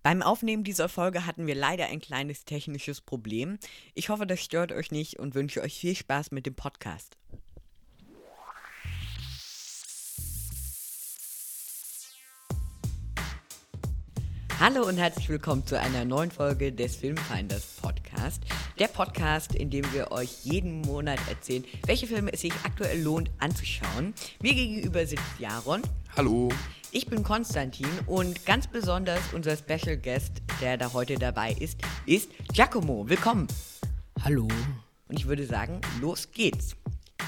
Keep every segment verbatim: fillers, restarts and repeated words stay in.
Beim Aufnehmen dieser Folge hatten wir leider ein kleines technisches Problem. Ich hoffe, das stört euch nicht und wünsche euch viel Spaß mit dem Podcast. Hallo und herzlich willkommen zu einer neuen Folge des Filmfinders Podcast. Der Podcast, in dem wir euch jeden Monat erzählen, welche Filme es sich aktuell lohnt anzuschauen. Mir gegenüber sitzt Jaron. Hallo. Ich bin Konstantin und ganz besonders unser Special Guest, der da heute dabei ist, ist Giacomo. Willkommen. Hallo. Und ich würde sagen, los geht's.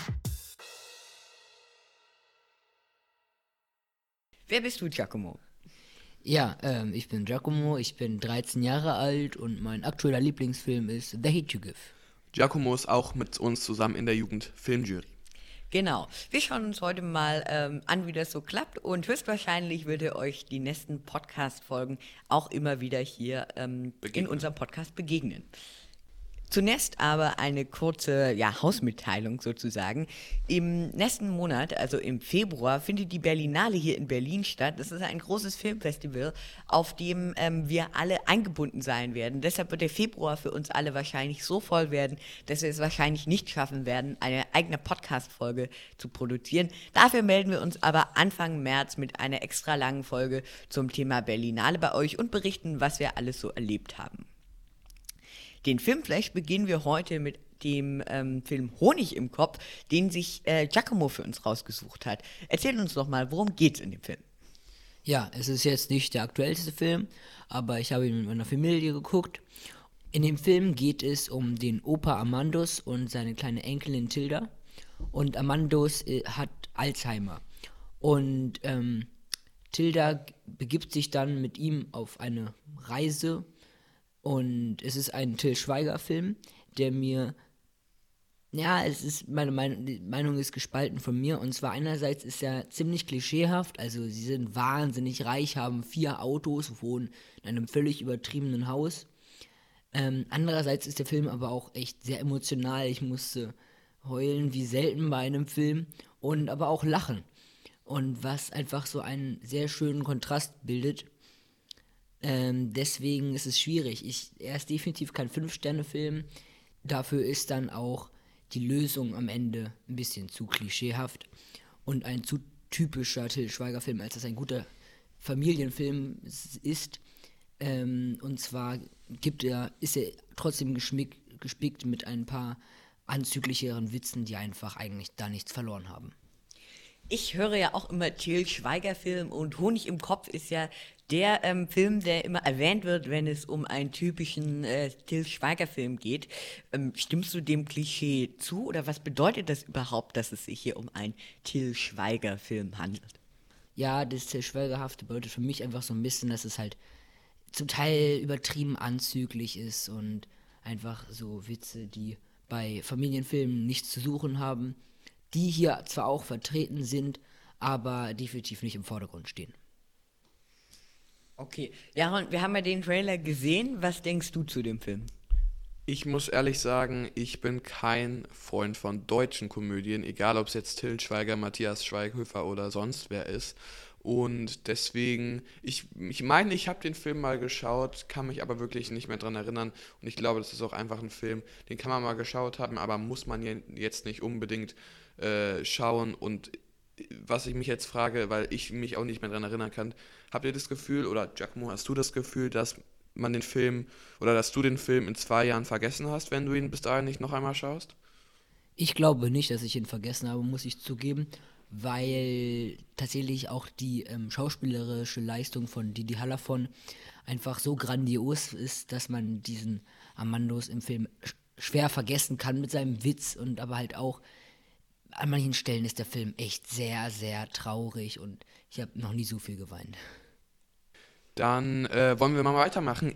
Wer bist du, Giacomo? Ja, ähm, ich bin Giacomo, ich bin dreizehn Jahre alt und mein aktueller Lieblingsfilm ist The Heat You Give. Giacomo ist auch mit uns zusammen in der Jugendfilmjury. Genau. Wir schauen uns heute mal ähm, an, wie das so klappt und höchstwahrscheinlich wird er euch die nächsten Podcast-Folgen auch immer wieder hier ähm, in unserem Podcast begegnen. Zunächst aber eine kurze ja, Hausmitteilung sozusagen. Im nächsten Monat, also im Februar, findet die Berlinale hier in Berlin statt. Das ist ein großes Filmfestival, auf dem ähm, wir alle eingebunden sein werden. Deshalb wird der Februar für uns alle wahrscheinlich so voll werden, dass wir es wahrscheinlich nicht schaffen werden, eine eigene Podcast-Folge zu produzieren. Dafür melden wir uns aber Anfang März mit einer extra langen Folge zum Thema Berlinale bei euch und berichten, was wir alles so erlebt haben. Den Filmflash beginnen wir heute mit dem ähm, Film Honig im Kopf, den sich äh, Giacomo für uns rausgesucht hat. Erzähl uns doch mal, worum geht's in dem Film? Ja, es ist jetzt nicht der aktuellste Film, aber ich habe ihn mit meiner Familie geguckt. In dem Film geht es um den Opa Amandus und seine kleine Enkelin Tilda. Und Amandus äh, hat Alzheimer. Und ähm, Tilda begibt sich dann mit ihm auf eine Reise. Und es ist ein Til Schweiger-Film, der mir, ja, es ist, meine Meinung, die Meinung ist gespalten von mir. Und zwar einerseits ist er ziemlich klischeehaft, also sie sind wahnsinnig reich, haben vier Autos, wohnen in einem völlig übertriebenen Haus. Ähm, andererseits ist der Film aber auch echt sehr emotional. Ich musste heulen wie selten bei einem Film und aber auch lachen. Und was einfach so einen sehr schönen Kontrast bildet. Ähm, deswegen ist es schwierig. Ich, er ist definitiv kein fünf-Sterne-Film. Dafür ist dann auch die Lösung am Ende ein bisschen zu klischeehaft und ein zu typischer Til Schweiger-Film, als das ein guter Familienfilm ist. Ähm, und zwar gibt er, ist er trotzdem geschmick, gespickt mit ein paar anzüglicheren Witzen, die einfach eigentlich da nichts verloren haben. Ich höre ja auch immer Til Schweiger-Film und Honig im Kopf ist ja der ähm, Film, der immer erwähnt wird, wenn es um einen typischen äh, Til Schweiger-Film geht. Ähm, stimmst du dem Klischee zu oder was bedeutet das überhaupt, dass es sich hier um einen Til Schweiger-Film handelt? Ja, das Til Schweigerhafte bedeutet für mich einfach so ein bisschen, dass es halt zum Teil übertrieben anzüglich ist und einfach so Witze, die bei Familienfilmen nichts zu suchen haben, die hier zwar auch vertreten sind, aber definitiv nicht im Vordergrund stehen. Okay, ja, und wir haben ja den Trailer gesehen. Was denkst du zu dem Film? Ich muss ehrlich sagen, ich bin kein Freund von deutschen Komödien, egal ob es jetzt Til Schweiger, Matthias Schweighöfer oder sonst wer ist. Und deswegen, ich, ich meine, ich habe den Film mal geschaut, kann mich aber wirklich nicht mehr dran erinnern. Und ich glaube, das ist auch einfach ein Film, den kann man mal geschaut haben, aber muss man jetzt nicht unbedingt äh, schauen. Und was ich mich jetzt frage, weil ich mich auch nicht mehr daran erinnern kann, habt ihr das Gefühl, oder Giacomo, hast du das Gefühl, dass man den Film, oder dass du den Film in zwei Jahren vergessen hast, wenn du ihn bis dahin nicht noch einmal schaust? Ich glaube nicht, dass ich ihn vergessen habe, muss ich zugeben, weil tatsächlich auch die ähm, schauspielerische Leistung von Didi Hallervon einfach so grandios ist, dass man diesen Amandus im Film sch- schwer vergessen kann mit seinem Witz und aber halt auch an manchen Stellen ist der Film echt sehr, sehr traurig und ich habe noch nie so viel geweint. Dann äh, wollen wir mal weitermachen. Ich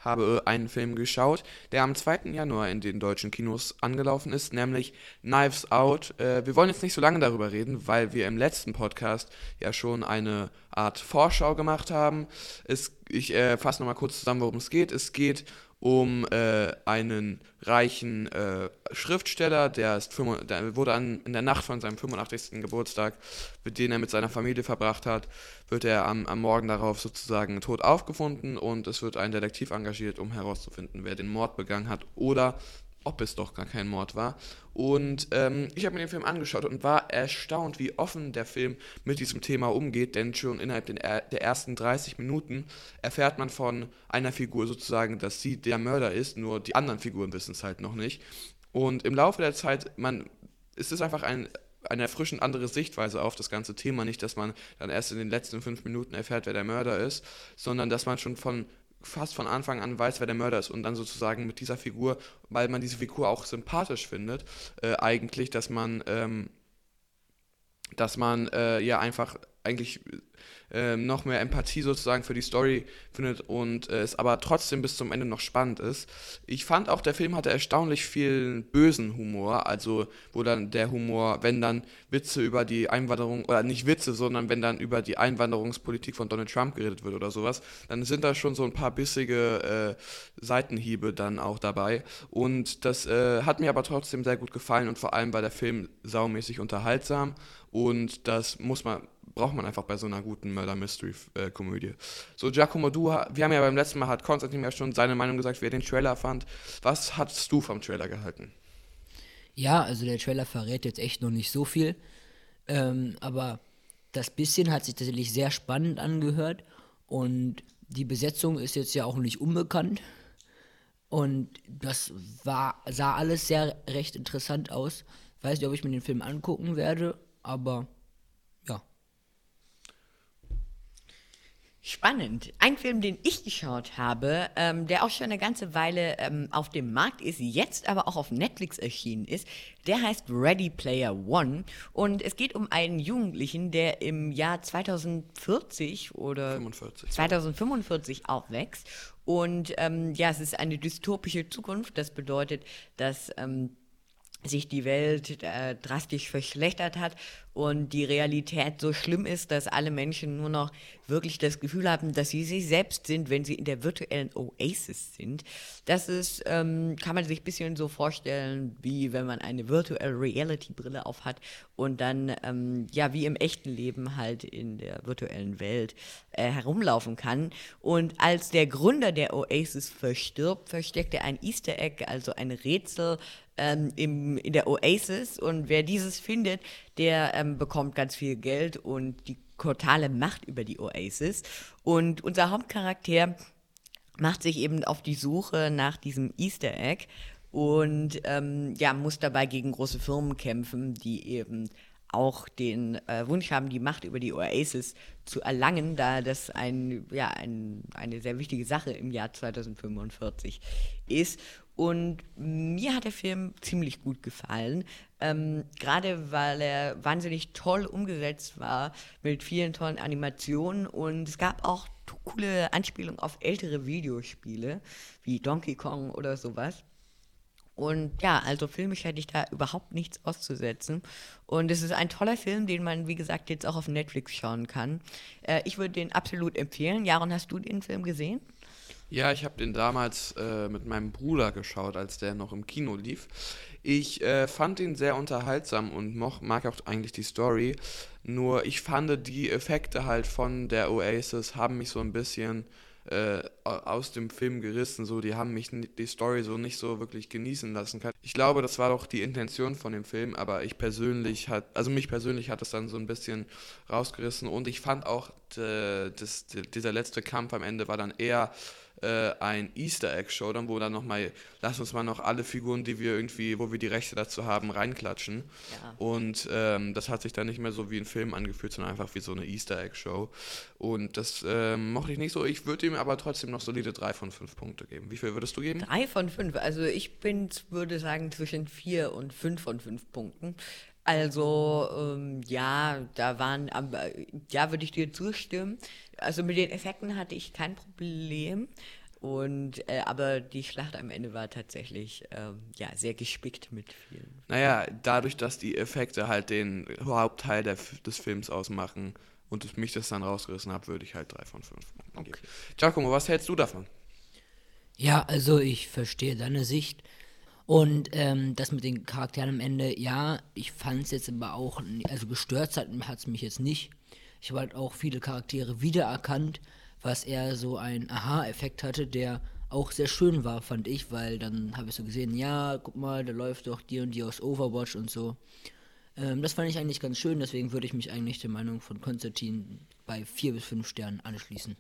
habe einen Film geschaut, der am zweiten Januar in den deutschen Kinos angelaufen ist, nämlich Knives Out. Äh, wir wollen jetzt nicht so lange darüber reden, weil wir im letzten Podcast ja schon eine Art Vorschau gemacht haben. Es, ich äh, fasse nochmal kurz zusammen, worum es geht. Es geht um äh, einen reichen äh, Schriftsteller, der, ist fünf, der wurde an, in der Nacht von seinem fünfundachtzigsten Geburtstag, den er mit seiner Familie verbracht hat, wird er am, am Morgen darauf sozusagen tot aufgefunden und es wird ein Detektiv engagiert, um herauszufinden, wer den Mord begangen hat oder ob es doch gar kein Mord war. Und ähm, ich habe mir den Film angeschaut und war erstaunt, wie offen der Film mit diesem Thema umgeht, denn schon innerhalb den, der ersten dreißig Minuten erfährt man von einer Figur sozusagen, dass sie der Mörder ist, nur die anderen Figuren wissen es halt noch nicht. Und im Laufe der Zeit, man, es ist einfach ein, eine erfrischend andere Sichtweise auf das ganze Thema, nicht, dass man dann erst in den letzten fünf Minuten erfährt, wer der Mörder ist, sondern dass man schon von fast von Anfang an weiß, wer der Mörder ist und dann sozusagen mit dieser Figur, weil man diese Figur auch sympathisch findet, äh, eigentlich, dass man, ähm, dass man äh, ja einfach eigentlich äh, noch mehr Empathie sozusagen für die Story findet und äh, es aber trotzdem bis zum Ende noch spannend ist. Ich fand auch, der Film hatte erstaunlich viel bösen Humor, also wo dann der Humor, wenn dann Witze über die Einwanderung, oder nicht Witze, sondern wenn dann über die Einwanderungspolitik von Donald Trump geredet wird oder sowas, dann sind da schon so ein paar bissige äh, Seitenhiebe dann auch dabei und das äh, hat mir aber trotzdem sehr gut gefallen und vor allem war der Film saumäßig unterhaltsam und das muss man braucht man einfach bei so einer guten Murder-Mystery-Komödie. So, Giacomo, du, wir haben ja beim letzten Mal, hat Konstantin ja schon seine Meinung gesagt, wie er den Trailer fand. Was hast du vom Trailer gehalten? Ja, also der Trailer verrät jetzt echt noch nicht so viel, ähm, aber das bisschen hat sich tatsächlich sehr spannend angehört und die Besetzung ist jetzt ja auch nicht unbekannt und das war, sah alles sehr recht interessant aus. Weiß nicht, ob ich mir den Film angucken werde, aber ja. Spannend. Ein Film, den ich geschaut habe, ähm, der auch schon eine ganze Weile ähm, auf dem Markt ist, jetzt aber auch auf Netflix erschienen ist, der heißt Ready Player One und es geht um einen Jugendlichen, der im Jahr zweitausendvierzig oder fünfundvierzig. zweitausendfünfundvierzig aufwächst und ähm, ja, es ist eine dystopische Zukunft, das bedeutet, dass ähm, sich die Welt äh, drastisch verschlechtert hat und die Realität so schlimm ist, dass alle Menschen nur noch wirklich das Gefühl haben, dass sie sich selbst sind, wenn sie in der virtuellen Oasis sind. Das ist, ähm, kann man sich ein bisschen so vorstellen, wie wenn man eine Virtual Reality Brille aufhat und dann, ähm, ja, wie im echten Leben halt in der virtuellen Welt äh, herumlaufen kann. Und als der Gründer der Oasis verstirbt, versteckt er ein Easter Egg, also ein Rätsel, Ähm, im, in der Oasis und wer dieses findet, der ähm, bekommt ganz viel Geld und die totale Macht über die Oasis und unser Hauptcharakter macht sich eben auf die Suche nach diesem Easter Egg und ähm, ja, muss dabei gegen große Firmen kämpfen, die eben auch den äh, Wunsch haben, die Macht über die Oasis zu erlangen, da das ein, ja, ein, eine sehr wichtige Sache im Jahr zweitausendfünfundvierzig ist. Und mir hat der Film ziemlich gut gefallen, ähm, gerade weil er wahnsinnig toll umgesetzt war, mit vielen tollen Animationen und es gab auch t- coole Anspielungen auf ältere Videospiele, wie Donkey Kong oder sowas. Und ja, also filmisch hätte ich da überhaupt nichts auszusetzen. Und es ist ein toller Film, den man, wie gesagt, jetzt auch auf Netflix schauen kann. Äh, ich würde den absolut empfehlen. Jaron, hast du den Film gesehen? Ja, ich habe den damals äh, mit meinem Bruder geschaut, als der noch im Kino lief. Ich äh, fand ihn sehr unterhaltsam und moch, mag auch eigentlich die Story. Nur ich fand die Effekte halt von der Oasis haben mich so ein bisschen äh, aus dem Film gerissen. So, die haben mich ni- die Story so nicht so wirklich genießen lassen können. Ich glaube, das war doch die Intention von dem Film, aber ich persönlich hat, also mich persönlich hat es dann so ein bisschen rausgerissen und ich fand auch, d- das, d- dieser letzte Kampf am Ende war dann eher äh, ein Easter Egg Showdown, wo dann nochmal, lass uns mal noch alle Figuren, die wir irgendwie, wo wir die Rechte dazu haben, reinklatschen. Ja. Und ähm, das hat sich dann nicht mehr so wie ein Film angefühlt, sondern einfach wie so eine Easter Egg Show. Und das ähm, mochte ich nicht so. Ich würde ihm aber trotzdem noch solide drei von fünf Punkte geben. Wie viel würdest du geben? Drei von fünf. Also ich bin, würde sagen, zwischen vier und fünf von fünf Punkten. Also, ähm, ja, da waren, aber, ja, würde ich dir zustimmen. Also mit den Effekten hatte ich kein Problem. Und, äh, aber die Schlacht am Ende war tatsächlich ähm, ja, sehr gespickt mit vielen. Naja, dadurch, dass die Effekte halt den Hauptteil der, des Films ausmachen und ich mich das dann rausgerissen habe, würde ich halt drei von fünf Punkten geben. Giacomo, was hältst du davon? Ja, also ich verstehe deine Sicht. Und ähm, das mit den Charakteren am Ende, ja, ich fand es jetzt aber auch, n- also gestört hat es mich jetzt nicht. Ich habe halt auch viele Charaktere wiedererkannt, was eher so ein Aha-Effekt hatte, der auch sehr schön war, fand ich, weil dann habe ich so gesehen, ja, guck mal, da läuft doch die und die aus Overwatch und so. Ähm, das fand ich eigentlich ganz schön, deswegen würde ich mich eigentlich der Meinung von Konstantin bei vier bis fünf Sternen anschließen.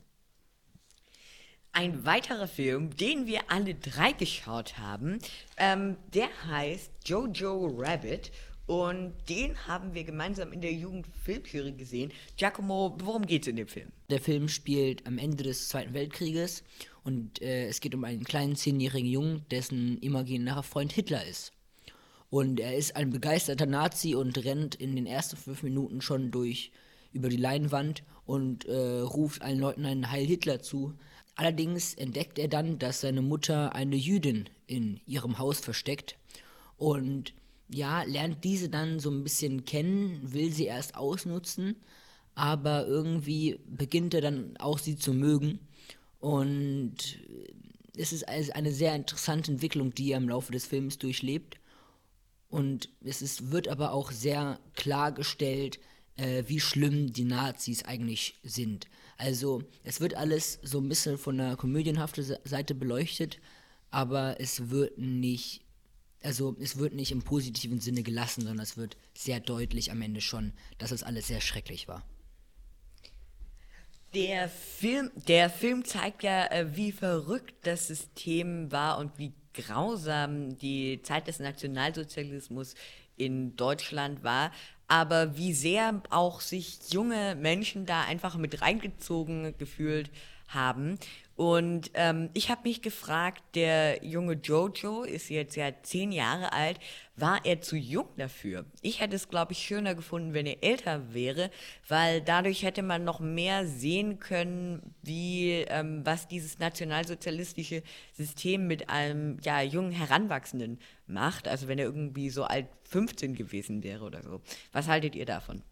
Ein weiterer Film, den wir alle drei geschaut haben, ähm, der heißt Jojo Rabbit und den haben wir gemeinsam in der Jugendfilmjury gesehen. Giacomo, worum geht's in dem Film? Der Film spielt am Ende des Zweiten Weltkrieges und äh, es geht um einen kleinen zehnjährigen Jungen, dessen imaginärer Freund Hitler ist. Und er ist ein begeisterter Nazi und rennt in den ersten fünf Minuten schon durch über die Leinwand und äh, ruft allen Leuten einen Heil Hitler zu. Allerdings entdeckt er dann, dass seine Mutter eine Jüdin in ihrem Haus versteckt und ja, lernt diese dann so ein bisschen kennen, will sie erst ausnutzen, aber irgendwie beginnt er dann auch sie zu mögen und es ist also eine sehr interessante Entwicklung, die er im Laufe des Films durchlebt. Und es ist, wird aber auch sehr klargestellt, äh, wie schlimm die Nazis eigentlich sind. Also es wird alles so ein bisschen von der komödienhaften Se- Seite beleuchtet, aber es wird nicht, also es wird nicht im positiven Sinne gelassen, sondern es wird sehr deutlich am Ende schon, dass es alles sehr schrecklich war. Der Film, der Film zeigt ja, äh, wie verrückt das System war und wie grausam die Zeit des Nationalsozialismus in Deutschland war, aber wie sehr auch sich junge Menschen da einfach mit reingezogen gefühlt haben. Und ähm, ich habe mich gefragt, der junge Jojo ist jetzt ja zehn Jahre alt, war er zu jung dafür? Ich hätte es, glaube ich, schöner gefunden, wenn er älter wäre, weil dadurch hätte man noch mehr sehen können, wie ähm, was dieses nationalsozialistische System mit einem ja, jungen Heranwachsenden macht. Also wenn er irgendwie so alt fünfzehn gewesen wäre oder so. Was haltet ihr davon?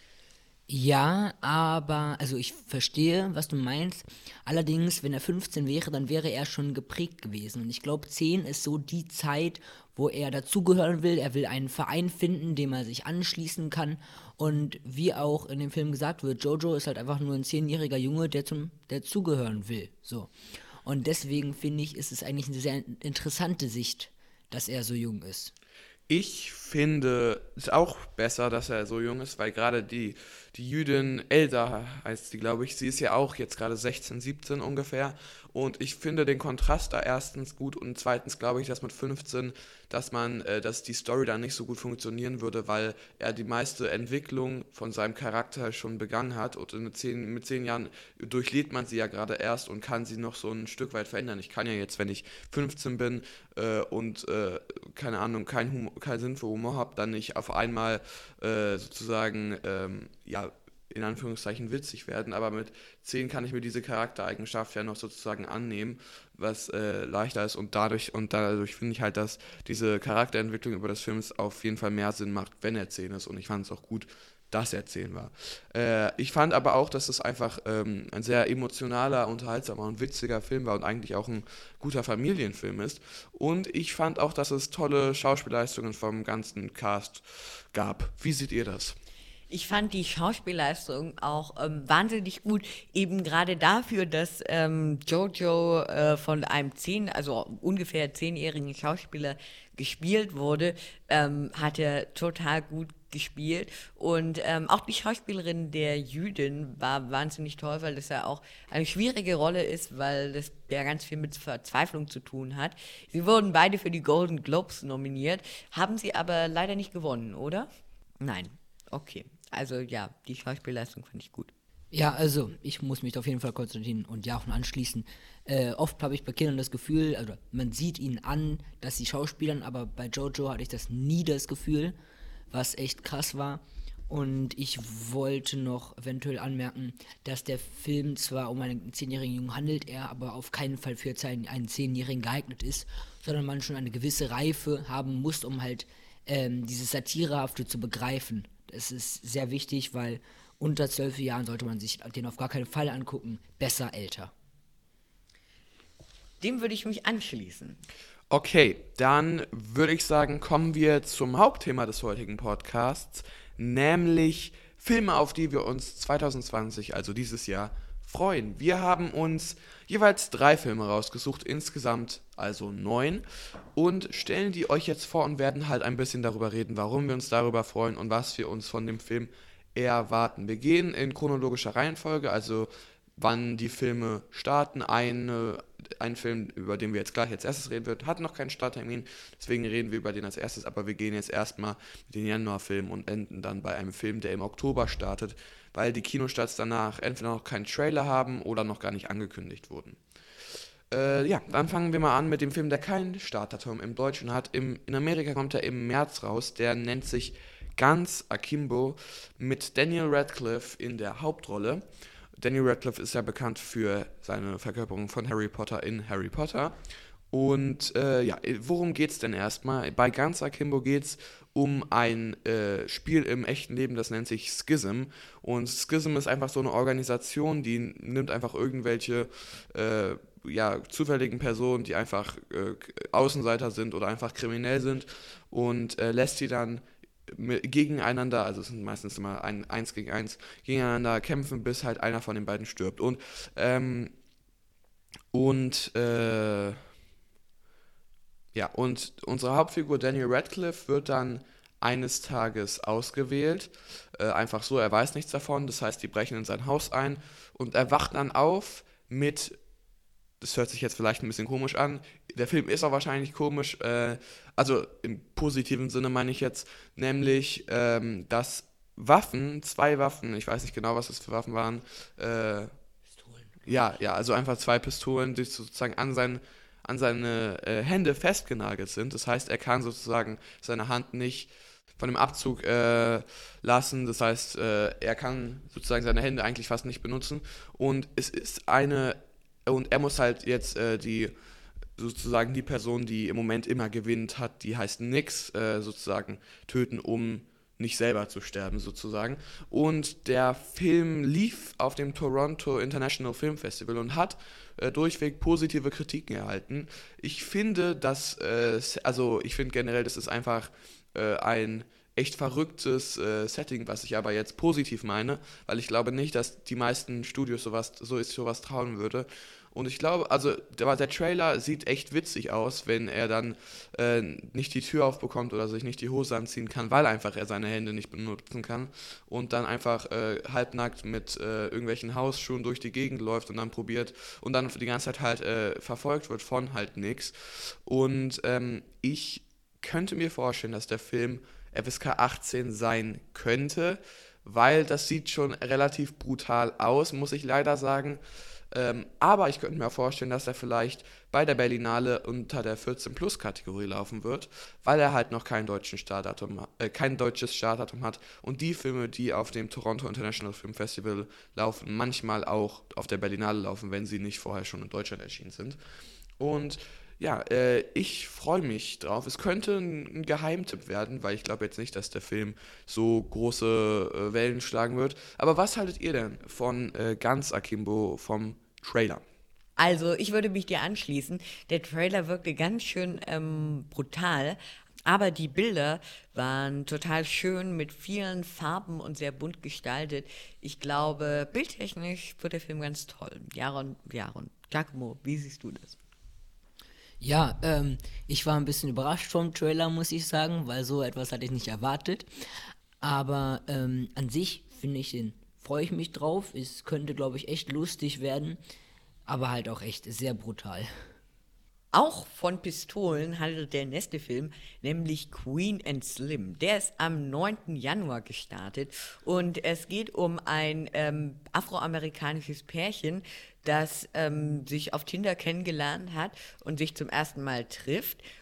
Ja, aber, also ich verstehe, was du meinst. Allerdings, wenn er fünfzehn wäre, dann wäre er schon geprägt gewesen. Und ich glaube, zehn ist so die Zeit, wo er dazugehören will. Er will einen Verein finden, dem er sich anschließen kann. Und wie auch in dem Film gesagt wird, Jojo ist halt einfach nur ein zehnjähriger Junge, der zum, der zugehören will. So. Und deswegen finde ich, ist es eigentlich eine sehr interessante Sicht, dass er so jung ist. Ich finde es auch besser, dass er so jung ist, weil gerade die, die Jüdin Elsa heißt sie, glaube ich, sie ist ja auch jetzt gerade sechzehn, siebzehn ungefähr. Und ich finde den Kontrast da erstens gut und zweitens glaube ich, dass mit fünfzehn, dass man, äh, dass die Story dann nicht so gut funktionieren würde, weil er die meiste Entwicklung von seinem Charakter schon begangen hat und mit zehn, mit zehn Jahren durchlebt man sie ja gerade erst und kann sie noch so ein Stück weit verändern. Ich kann ja jetzt, wenn ich fünfzehn bin äh, und äh, keine Ahnung, keinen Humor, keinen Sinn für Humor habe, dann nicht auf einmal äh, sozusagen ähm, ja in Anführungszeichen witzig werden, aber mit zehn kann ich mir diese Charaktereigenschaft ja noch sozusagen annehmen, was äh, leichter ist und dadurch und dadurch finde ich halt, dass diese Charakterentwicklung über des Films auf jeden Fall mehr Sinn macht, wenn er zehn ist und ich fand es auch gut, dass er zehn war. Äh, ich fand aber auch, dass es einfach ähm, ein sehr emotionaler, unterhaltsamer und witziger Film war und eigentlich auch ein guter Familienfilm ist und ich fand auch, dass es tolle Schauspielleistungen vom ganzen Cast gab. Wie seht ihr das? Ich fand die Schauspielleistung auch ähm, wahnsinnig gut, eben gerade dafür, dass ähm, Jojo äh, von einem zehn, also ungefähr zehnjährigen Schauspieler gespielt wurde, ähm, hat er total gut gespielt und ähm, auch die Schauspielerin der Jüdin war wahnsinnig toll, weil das ja auch eine schwierige Rolle ist, weil das ja ganz viel mit Verzweiflung zu tun hat. Sie wurden beide für die Golden Globes nominiert, haben sie aber leider nicht gewonnen, oder? Nein. Okay. Also ja, die Schauspielleistung fand ich gut. Ja, also ich muss mich auf jeden Fall Konstantin und Jochen anschließen. Äh, oft habe ich bei Kindern das Gefühl, also man sieht ihnen an, dass sie schauspielern, aber bei Jojo hatte ich das nie das Gefühl, was echt krass war. Und ich wollte noch eventuell anmerken, dass der Film zwar um einen zehnjährigen Jungen handelt, er aber auf keinen Fall für einen, einen zehnjährigen geeignet ist, sondern man schon eine gewisse Reife haben muss, um halt ähm, dieses Satirehafte zu begreifen. Das ist sehr wichtig, weil unter zwölf Jahren sollte man sich den auf gar keinen Fall angucken, besser älter. Dem würde ich mich anschließen. Okay, dann würde ich sagen, kommen wir zum Hauptthema des heutigen Podcasts, nämlich Filme, auf die wir uns zwanzig zwanzig, also dieses Jahr, freuen. Wir haben uns jeweils drei Filme rausgesucht, insgesamt also neun, und stellen die euch jetzt vor und werden halt ein bisschen darüber reden, warum wir uns darüber freuen und was wir uns von dem Film erwarten. Wir gehen in chronologischer Reihenfolge, also wann die Filme starten. Eine, ein Film, über den wir jetzt gleich als erstes reden werden, hat noch keinen Starttermin, deswegen reden wir über den als erstes, aber wir gehen jetzt erstmal mit den Januarfilmen und enden dann bei einem Film, der im Oktober startet, weil die Kinostarts danach entweder noch keinen Trailer haben oder noch gar nicht angekündigt wurden. Äh, ja, dann fangen wir mal an mit dem Film, der kein Startdatum im Deutschen hat. Im, in Amerika kommt er im März raus, der nennt sich Guns Akimbo mit Daniel Radcliffe in der Hauptrolle. Daniel Radcliffe ist ja bekannt für seine Verkörperung von Harry Potter in Harry Potter. Und äh, ja, worum geht's denn erstmal? Bei Guns Akimbo geht's um ein äh, Spiel im echten Leben, das nennt sich Schism. Und Schism ist einfach so eine Organisation, die nimmt einfach irgendwelche äh, ja, zufälligen Personen, die einfach äh, Außenseiter sind oder einfach kriminell sind, und äh, lässt sie dann gegeneinander, also es sind meistens immer ein eins gegen eins, gegeneinander kämpfen, bis halt einer von den beiden stirbt. Und, ähm, und, äh, ja, und unsere Hauptfigur Daniel Radcliffe wird dann eines Tages ausgewählt, äh, einfach so, er weiß nichts davon, das heißt, die brechen in sein Haus ein und er wacht dann auf mit, das hört sich jetzt vielleicht ein bisschen komisch an, der Film ist auch wahrscheinlich komisch, äh, also im positiven Sinne meine ich jetzt, nämlich, ähm, dass Waffen, zwei Waffen, ich weiß nicht genau, was das für Waffen waren, äh, Pistolen. ja, ja, also einfach zwei Pistolen, die sozusagen an, sein, an seine äh, Hände festgenagelt sind. Das heißt, er kann sozusagen seine Hand nicht von dem Abzug äh, lassen. Das heißt, äh, er kann sozusagen seine Hände eigentlich fast nicht benutzen. Und es ist eine, und er muss halt jetzt äh, die, sozusagen die Person, die im Moment immer gewinnt hat, die heißt Nix, äh, sozusagen töten, um nicht selber zu sterben, sozusagen. Und der Film lief auf dem Toronto International Film Festival und hat äh, durchweg positive Kritiken erhalten. Ich finde, dass, äh, also ich finde generell, das ist einfach äh, ein echt verrücktes äh, Setting, was ich aber jetzt positiv meine, weil ich glaube nicht, dass die meisten Studios sowas, so ist, sowas trauen würde. Und ich glaube, also der, der Trailer sieht echt witzig aus, wenn er dann äh, nicht die Tür aufbekommt oder sich nicht die Hose anziehen kann, weil einfach er seine Hände nicht benutzen kann und dann einfach äh, halbnackt mit äh, irgendwelchen Hausschuhen durch die Gegend läuft und dann probiert und dann die ganze Zeit halt äh, verfolgt wird von halt nix. Und ähm, ich könnte mir vorstellen, dass der Film F S K achtzehn sein könnte, weil das sieht schon relativ brutal aus, muss ich leider sagen. Ähm, aber ich könnte mir auch vorstellen, dass er vielleicht bei der Berlinale unter der vierzehn-Plus-Kategorie laufen wird, weil er halt noch kein, deutschen Startdatum, äh, kein deutsches Startdatum hat und die Filme, die auf dem Toronto International Film Festival laufen, manchmal auch auf der Berlinale laufen, wenn sie nicht vorher schon in Deutschland erschienen sind. Und ja, äh, ich freue mich drauf. Es könnte ein, ein Geheimtipp werden, weil ich glaube jetzt nicht, dass der Film so große äh, Wellen schlagen wird. Aber was haltet ihr denn von äh, Guns Akimbo vom Trailer? Also, ich würde mich dir anschließen. Der Trailer wirkte ganz schön ähm, brutal, aber die Bilder waren total schön mit vielen Farben und sehr bunt gestaltet. Ich glaube, bildtechnisch wird der Film ganz toll. Jaron, Jaron, Giacomo, wie siehst du das? Ja, ähm, ich war ein bisschen überrascht vom Trailer, muss ich sagen, weil so etwas hatte ich nicht erwartet. Aber ähm, an sich finde ich den, freue ich mich drauf. Es könnte, glaube ich, echt lustig werden, aber halt auch echt sehr brutal. Auch von Pistolen handelt der nächste Film, nämlich Queen and Slim. Der ist am neunten Januar gestartet und es geht um ein ähm, afroamerikanisches Pärchen, das ähm, sich auf Tinder kennengelernt hat und sich zum ersten Mal trifft.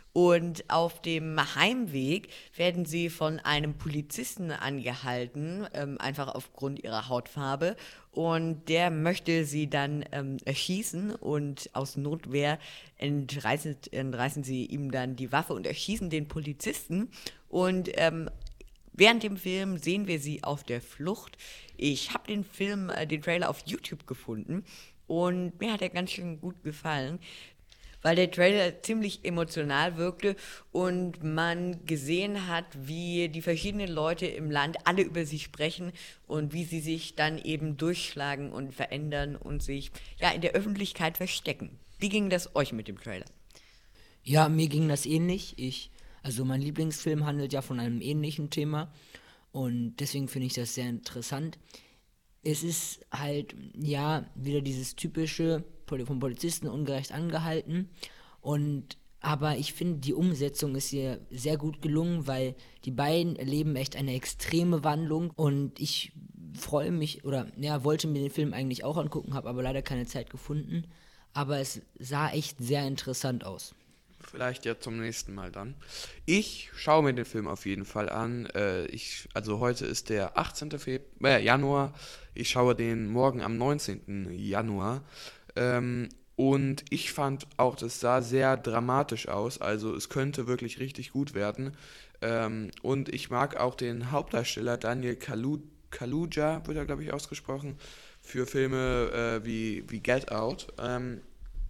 Und auf dem Heimweg werden sie von einem Polizisten angehalten, ähm, einfach aufgrund ihrer Hautfarbe. Und der möchte sie dann ähm, erschießen und aus Notwehr entreißen, entreißen sie ihm dann die Waffe und erschießen den Polizisten. Und ähm, während dem Film sehen wir sie auf der Flucht. Ich habe den Film, äh, den Trailer auf YouTube gefunden und mir hat er ganz schön gut gefallen, weil der Trailer ziemlich emotional wirkte und man gesehen hat, wie die verschiedenen Leute im Land alle über sie sprechen und wie sie sich dann eben durchschlagen und verändern und sich ja in der Öffentlichkeit verstecken. Wie ging das euch mit dem Trailer? Ja, mir ging das ähnlich. Ich, also mein Lieblingsfilm handelt ja von einem ähnlichen Thema und deswegen finde ich das sehr interessant. Es ist halt, ja, wieder dieses typische Poli- vom Polizisten ungerecht angehalten und aber ich finde, die Umsetzung ist hier sehr gut gelungen, weil die beiden erleben echt eine extreme Wandlung und ich freue mich, oder ja, wollte mir den Film eigentlich auch angucken, habe aber leider keine Zeit gefunden, aber es sah echt sehr interessant aus. Vielleicht ja zum nächsten Mal dann. Ich schaue mir den Film auf jeden Fall an. Äh, ich, also heute ist der achtzehnte Februar, äh, Januar. Ich schaue den morgen am neunzehnten Januar. Ähm, und ich fand auch, das sah sehr dramatisch aus. Also es könnte wirklich richtig gut werden. Ähm, und ich mag auch den Hauptdarsteller Daniel Kalu Kaluuya, wird er glaube ich ausgesprochen, für Filme äh, wie, wie Get Out. Ähm,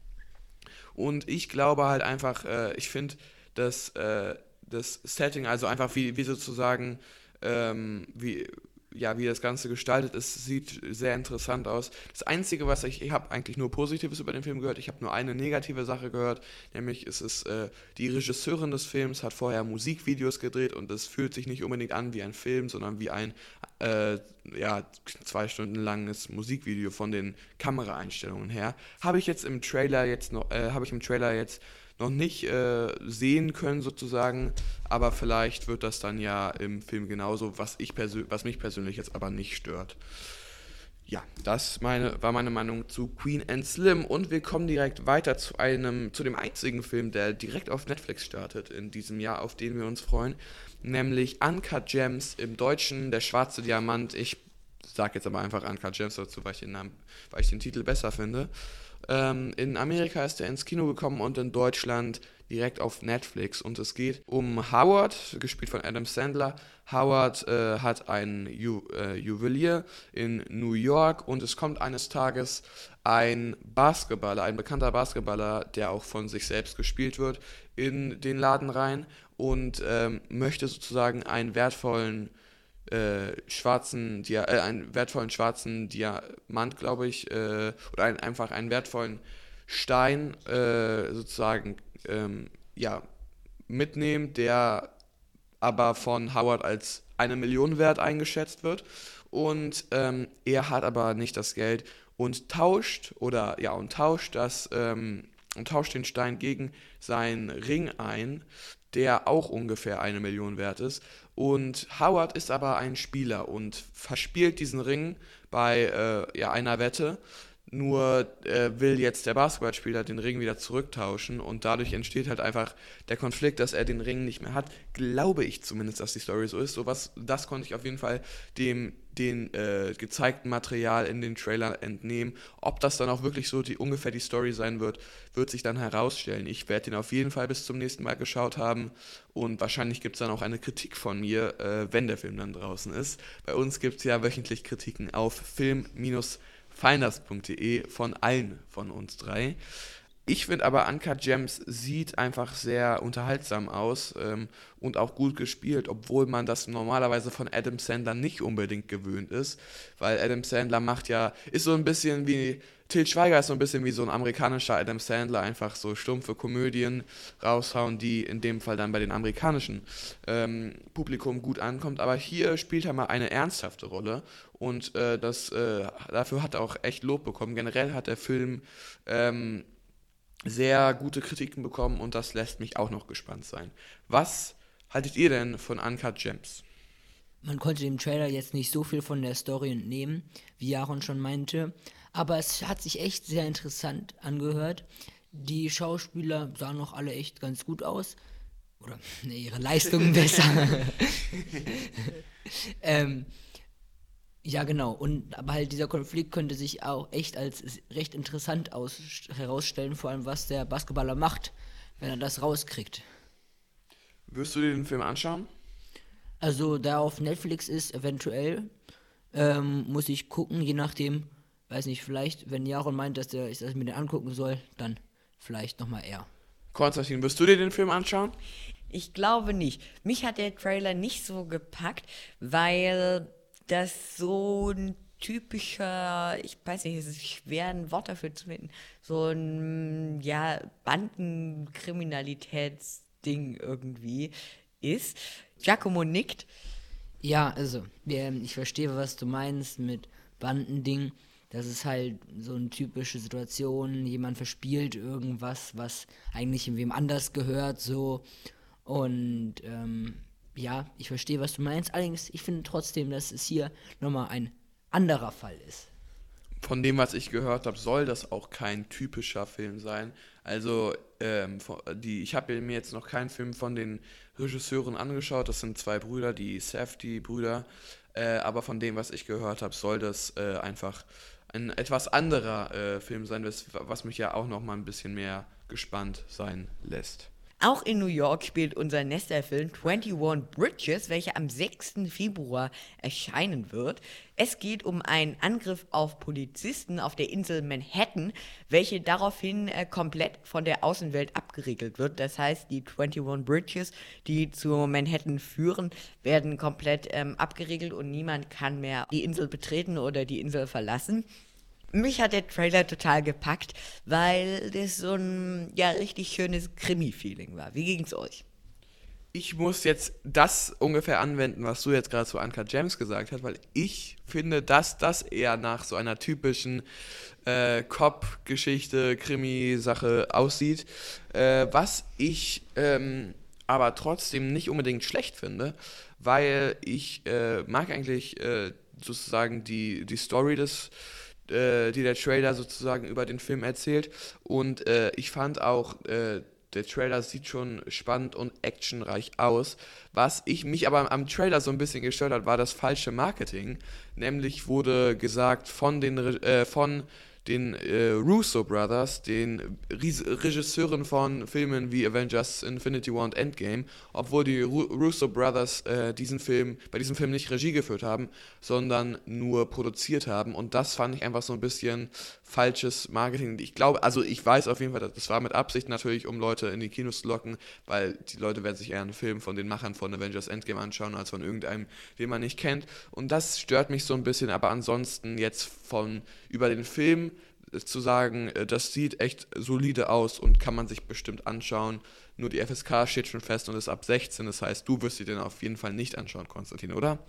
Und ich glaube halt einfach, äh, ich finde das, äh, das Setting, also einfach wie, wie sozusagen, ähm, wie, ja, wie das Ganze gestaltet ist, sieht sehr interessant aus. Das Einzige, was ich, ich habe eigentlich nur Positives über den Film gehört, ich habe nur eine negative Sache gehört, nämlich ist es, äh, die Regisseurin des Films hat vorher Musikvideos gedreht und es fühlt sich nicht unbedingt an wie ein Film, sondern wie ein, äh, ja, zwei Stunden langes Musikvideo von den Kameraeinstellungen her. Habe ich jetzt im Trailer jetzt noch, äh, habe ich im Trailer jetzt noch nicht äh, sehen können sozusagen, aber vielleicht wird das dann ja im Film genauso, was ich persö- was mich persönlich jetzt aber nicht stört. Ja, das meine, war meine Meinung zu Queen and Slim und wir kommen direkt weiter zu einem, zu dem einzigen Film, der direkt auf Netflix startet in diesem Jahr, auf den wir uns freuen, nämlich Uncut Gems, im Deutschen Der schwarze Diamant. Ich sage jetzt aber einfach Uncut Gems dazu, weil ich den Namen, weil ich den Titel besser finde. Ähm, in Amerika ist er ins Kino gekommen und in Deutschland direkt auf Netflix. Und es geht um Howard, gespielt von Adam Sandler. Howard äh, hat einen Ju äh, Juwelier in New York und es kommt eines Tages ein Basketballer, ein bekannter Basketballer, der auch von sich selbst gespielt wird, in den Laden rein und ähm, möchte sozusagen einen wertvollen äh, schwarzen, Dia äh, einen wertvollen schwarzen Diamant, glaube ich, äh, oder ein, einfach einen wertvollen Stein äh, sozusagen ähm, ja, mitnehmen, der aber von Howard als eine Million wert eingeschätzt wird. Und ähm, er hat aber nicht das Geld und tauscht oder ja und tauscht das ähm, und tauscht den Stein gegen seinen Ring ein, der auch ungefähr eine Million wert ist. Und Howard ist aber ein Spieler und verspielt diesen Ring bei äh, ja, einer Wette. Nur äh, will jetzt der Basketballspieler den Ring wieder zurücktauschen und dadurch entsteht halt einfach der Konflikt, dass er den Ring nicht mehr hat. Glaube ich zumindest, dass die Story so ist. So was, das konnte ich auf jeden Fall dem den äh, gezeigten Material in den Trailer entnehmen. Ob das dann auch wirklich so die, ungefähr die Story sein wird, wird sich dann herausstellen. Ich werde den auf jeden Fall bis zum nächsten Mal geschaut haben und wahrscheinlich gibt es dann auch eine Kritik von mir, äh, wenn der Film dann draußen ist. Bei uns gibt es ja wöchentlich Kritiken auf film finders punkt de von allen von uns drei. Ich finde aber, Uncut Gems sieht einfach sehr unterhaltsam aus ähm, und auch gut gespielt, obwohl man das normalerweise von Adam Sandler nicht unbedingt gewöhnt ist, weil Adam Sandler macht ja, ist so ein bisschen wie, Til Schweiger ist so ein bisschen wie so ein amerikanischer Adam Sandler, einfach so stumpfe Komödien raushauen, die in dem Fall dann bei den amerikanischen ähm, Publikum gut ankommt, aber hier spielt er mal eine ernsthafte Rolle und äh, das, äh, dafür hat er auch echt Lob bekommen. Generell hat der Film ähm, sehr gute Kritiken bekommen und das lässt mich auch noch gespannt sein. Was haltet ihr denn von Uncut Gems? Man konnte dem Trailer jetzt nicht so viel von der Story entnehmen, wie Jaron schon meinte, aber es hat sich echt sehr interessant angehört. Die Schauspieler sahen noch alle echt ganz gut aus. Oder ne, ihre Leistungen besser. ähm, ja, genau. Und aber halt dieser Konflikt könnte sich auch echt als recht interessant aus, herausstellen, vor allem was der Basketballer macht, wenn er das rauskriegt. Wirst du dir den Film anschauen? Also, da er auf Netflix ist, eventuell, ähm, muss ich gucken, je nachdem, weiß nicht, vielleicht, wenn Jaron meint, dass, der, dass ich mir den angucken soll, dann vielleicht nochmal eher. Konstantin, wirst du dir den Film anschauen? Ich glaube nicht. Mich hat der Trailer nicht so gepackt, weil das so ein typischer, ich weiß nicht, es ist schwer, ein Wort dafür zu finden, so ein, ja, Bandenkriminalitätsding irgendwie ist. Giacomo nickt. Ja, also, ähm, ich verstehe, was du meinst mit Bandending. Das ist halt so eine typische Situation, jemand verspielt irgendwas, was eigentlich wem anders gehört, so. Und, ähm, ja, ich verstehe, was du meinst. Allerdings, ich finde trotzdem, dass es hier nochmal ein anderer Fall ist. Von dem, was ich gehört habe, soll das auch kein typischer Film sein. Also, ähm, von- die, ich habe mir jetzt noch keinen Film von den Regisseuren angeschaut. Das sind zwei Brüder, die Safdie-Brüder. Äh, aber von dem, was ich gehört habe, soll das äh, einfach ein etwas anderer äh, Film sein, was, was mich ja auch noch mal ein bisschen mehr gespannt sein lässt. Auch in New York spielt unser Nester-Film einundzwanzig Bridges, welcher am sechsten Februar erscheinen wird. Es geht um einen Angriff auf Polizisten auf der Insel Manhattan, welche daraufhin äh, komplett von der Außenwelt abgeriegelt wird. Das heißt, die einundzwanzig Bridges, die zu Manhattan führen, werden komplett ähm, abgeriegelt und niemand kann mehr die Insel betreten oder die Insel verlassen. Mich hat der Trailer total gepackt, weil das so ein, ja, richtig schönes Krimi-Feeling war. Wie ging's euch? Ich muss jetzt das ungefähr anwenden, was du jetzt gerade zu Uncut Gems gesagt hast, weil ich finde, dass das eher nach so einer typischen äh, Cop-Geschichte, Krimi-Sache aussieht, äh, was ich ähm, aber trotzdem nicht unbedingt schlecht finde, weil ich äh, mag eigentlich äh, sozusagen die, die Story des äh, die der Trailer sozusagen über den Film erzählt. Und äh, ich fand auch, äh, der Trailer sieht schon spannend und actionreich aus. Was ich mich aber am Trailer so ein bisschen gestört hat, war das falsche Marketing. Nämlich wurde gesagt von den, Re- äh, von den äh, Russo Brothers, den Ries- Regisseuren von Filmen wie Avengers Infinity War und Endgame, obwohl die Ru- Russo Brothers äh, diesen Film, bei diesem Film nicht Regie geführt haben, sondern nur produziert haben. Und das fand ich einfach so ein bisschen falsches Marketing. Ich glaube, also ich weiß auf jeden Fall, das war mit Absicht natürlich, um Leute in die Kinos zu locken, weil die Leute werden sich eher einen Film von den Machern von Avengers Endgame anschauen, als von irgendeinem, den man nicht kennt. Und das stört mich so ein bisschen, aber ansonsten jetzt von über den Film zu sagen, äh, das sieht echt solide aus und kann man sich bestimmt anschauen. Nur die F S K steht schon fest und ist ab sechzehn, das heißt, du wirst dir den auf jeden Fall nicht anschauen, Konstantin, oder?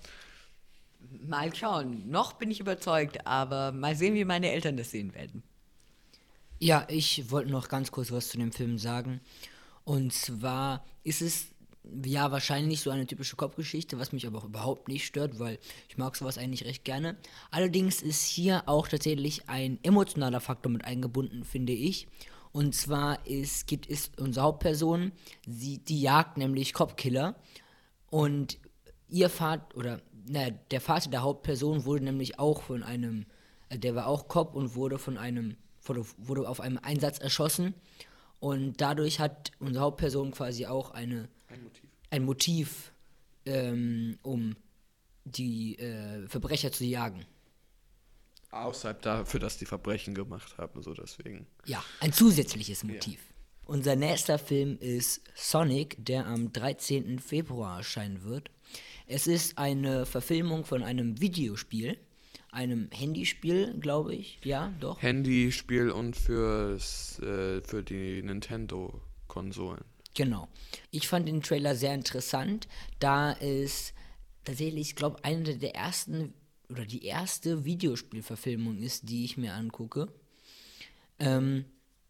Mal schauen. Noch bin ich überzeugt, aber mal sehen, wie meine Eltern das sehen werden. Ja, ich wollte noch ganz kurz was zu dem Film sagen. Und zwar ist es ja wahrscheinlich so eine typische Cop-Geschichte, was mich aber auch überhaupt nicht stört, weil ich mag sowas eigentlich recht gerne. Allerdings ist hier auch tatsächlich ein emotionaler Faktor mit eingebunden, finde ich. Und zwar ist, gibt es unsere Hauptperson, sie, die jagt nämlich Cop-Killer. Und ihr Vater, oder naja, der Vater der Hauptperson wurde nämlich auch von einem, äh, der war auch Cop und wurde von einem, wurde, wurde auf einem Einsatz erschossen. Und dadurch hat unsere Hauptperson quasi auch eine, Ein Motiv. ein Motiv, ähm, um die äh, Verbrecher zu jagen. Außerhalb dafür, dass die Verbrechen gemacht haben, so deswegen. Ja, ein zusätzliches Motiv. Unser nächster Film ist Sonic, der am dreizehnten Februar erscheinen wird. Es ist eine Verfilmung von einem Videospiel, einem Handyspiel, glaube ich. Ja, doch. Handyspiel und fürs, äh, für die Nintendo-Konsolen. Genau. Ich fand den Trailer sehr interessant, da es tatsächlich, ich glaube, eine der ersten oder die erste Videospielverfilmung ist, die ich mir angucke. Ähm,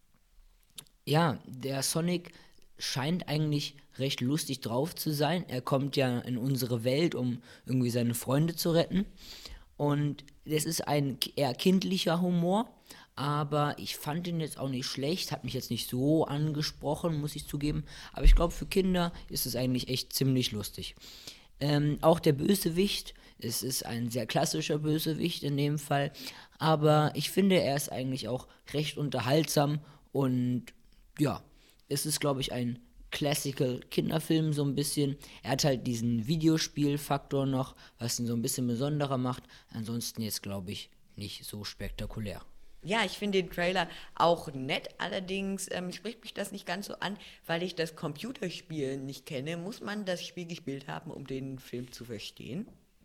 ja, der Sonic scheint eigentlich recht lustig drauf zu sein. Er kommt ja in unsere Welt, um irgendwie seine Freunde zu retten. Und es ist ein eher kindlicher Humor, aber ich fand ihn jetzt auch nicht schlecht, hat mich jetzt nicht so angesprochen, muss ich zugeben, aber ich glaube, für Kinder ist es eigentlich echt ziemlich lustig. Ähm, auch der Bösewicht, es ist ein sehr klassischer Bösewicht in dem Fall, aber ich finde, er ist eigentlich auch recht unterhaltsam und ja, es ist, glaube ich, ein Classical Kinderfilm so ein bisschen. Er hat halt diesen Videospielfaktor noch, was ihn so ein bisschen besonderer macht. Ansonsten jetzt, glaube ich, nicht so spektakulär. Ja, ich finde den Trailer auch nett, allerdings ähm, spricht mich das nicht ganz so an, weil ich das Computerspiel nicht kenne. Muss man das Spiel gespielt haben, um den Film zu verstehen?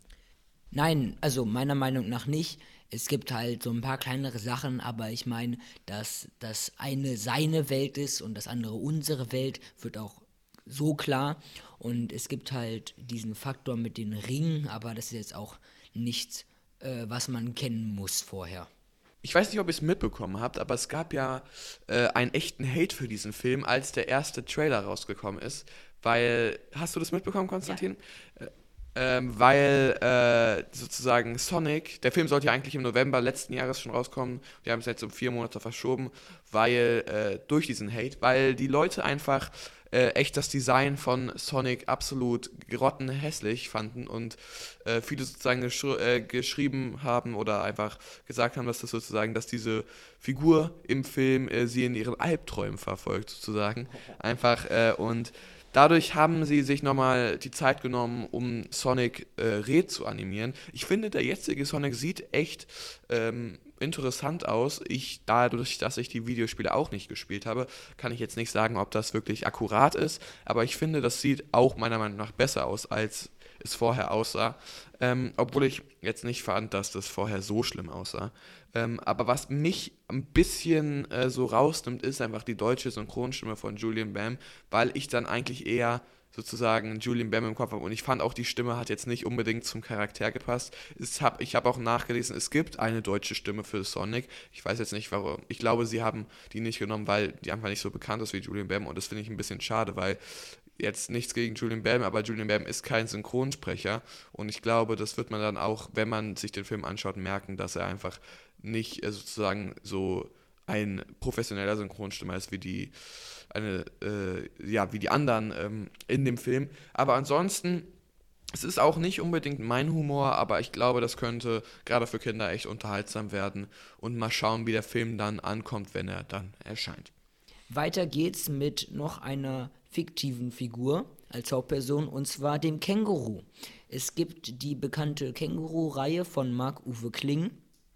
Nein, also meiner Meinung nach nicht. Es gibt halt so ein paar kleinere Sachen, aber ich meine, dass das eine seine Welt ist und das andere unsere Welt, wird auch so klar. Und es gibt halt diesen Faktor mit den Ringen, aber das ist jetzt auch nichts, äh, was man kennen muss vorher. Ich weiß nicht, ob ihr es mitbekommen habt, aber es gab ja äh, einen echten Hate für diesen Film, als der erste Trailer rausgekommen ist. Weil, hast du das mitbekommen, Konstantin? Ja. Äh, ähm, weil äh, sozusagen Sonic, der Film sollte ja eigentlich im November letzten Jahres schon rauskommen, wir haben es jetzt um vier Monate verschoben, weil äh, durch diesen Hate, weil die Leute einfach äh, echt das Design von Sonic absolut grottenhässlich fanden und äh, viele sozusagen geschr äh, geschrieben haben oder einfach gesagt haben, dass das sozusagen, dass diese Figur im Film äh, sie in ihren Albträumen verfolgt sozusagen, einfach äh, und dadurch haben sie sich nochmal die Zeit genommen, um Sonic äh, Red zu animieren. Ich finde, der jetzige Sonic sieht echt ähm, interessant aus. Ich, dadurch, dass ich die Videospiele auch nicht gespielt habe, kann ich jetzt nicht sagen, ob das wirklich akkurat ist. Aber ich finde, das sieht auch meiner Meinung nach besser aus, als es vorher aussah. Ähm, obwohl ich jetzt nicht fand, dass das vorher so schlimm aussah. Ähm, aber was mich ein bisschen äh, so rausnimmt, ist einfach die deutsche Synchronstimme von Julian Bam, weil ich dann eigentlich eher sozusagen Julian Bam im Kopf habe. Und ich fand auch, die Stimme hat jetzt nicht unbedingt zum Charakter gepasst. Es hab, ich habe auch nachgelesen, es gibt eine deutsche Stimme für Sonic. Ich weiß jetzt nicht, warum. Ich glaube, sie haben die nicht genommen, weil die einfach nicht so bekannt ist wie Julian Bam. Und das finde ich ein bisschen schade, weil jetzt nichts gegen Julian Bam, aber Julian Bam ist kein Synchronsprecher. Und ich glaube, das wird man dann auch, wenn man sich den Film anschaut, merken, dass er einfach nicht äh, sozusagen so ein professioneller Synchronstimmer ist wie die eine äh, ja wie die anderen ähm, in dem Film. Aber ansonsten, es ist auch nicht unbedingt mein Humor, aber ich glaube, das könnte gerade für Kinder echt unterhaltsam werden und mal schauen, wie der Film dann ankommt, wenn er dann erscheint. Weiter geht's mit noch einer fiktiven Figur als Hauptperson, und zwar dem Känguru. Es gibt die bekannte Känguru-Reihe von Marc-Uwe Kling.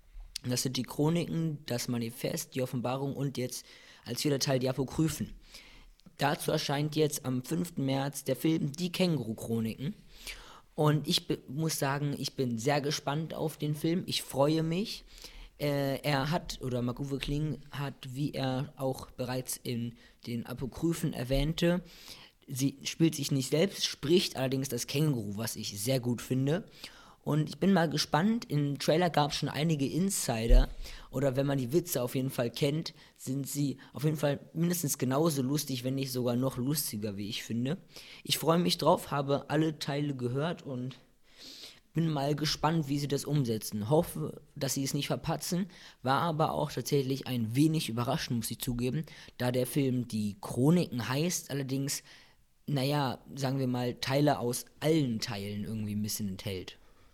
Das sind die Chroniken, das Manifest, die Offenbarung und jetzt als vierter Teil die Apokryphen. Dazu erscheint jetzt am fünften März der Film Die Känguru-Chroniken. Und ich be- muss sagen, ich bin sehr gespannt auf den Film. Ich freue mich. Äh, er hat, oder Marc-Uwe Kling hat, wie er auch bereits in den Apokryphen erwähnte, sie spielt sich nicht selbst, spricht allerdings das Känguru, was ich sehr gut finde. Und ich bin mal gespannt, im Trailer gab es schon einige Insider, oder wenn man die Witze auf jeden Fall kennt, sind sie auf jeden Fall mindestens genauso lustig, wenn nicht sogar noch lustiger, wie ich finde. Ich freue mich drauf, habe alle Teile gehört und bin mal gespannt, wie sie das umsetzen. Hoffe, dass sie es nicht verpatzen, war aber auch tatsächlich ein wenig überraschend, muss ich zugeben, da der Film Die Chroniken heißt, allerdings, naja, sagen wir mal, Teile aus allen Teilen irgendwie ein bisschen enthält.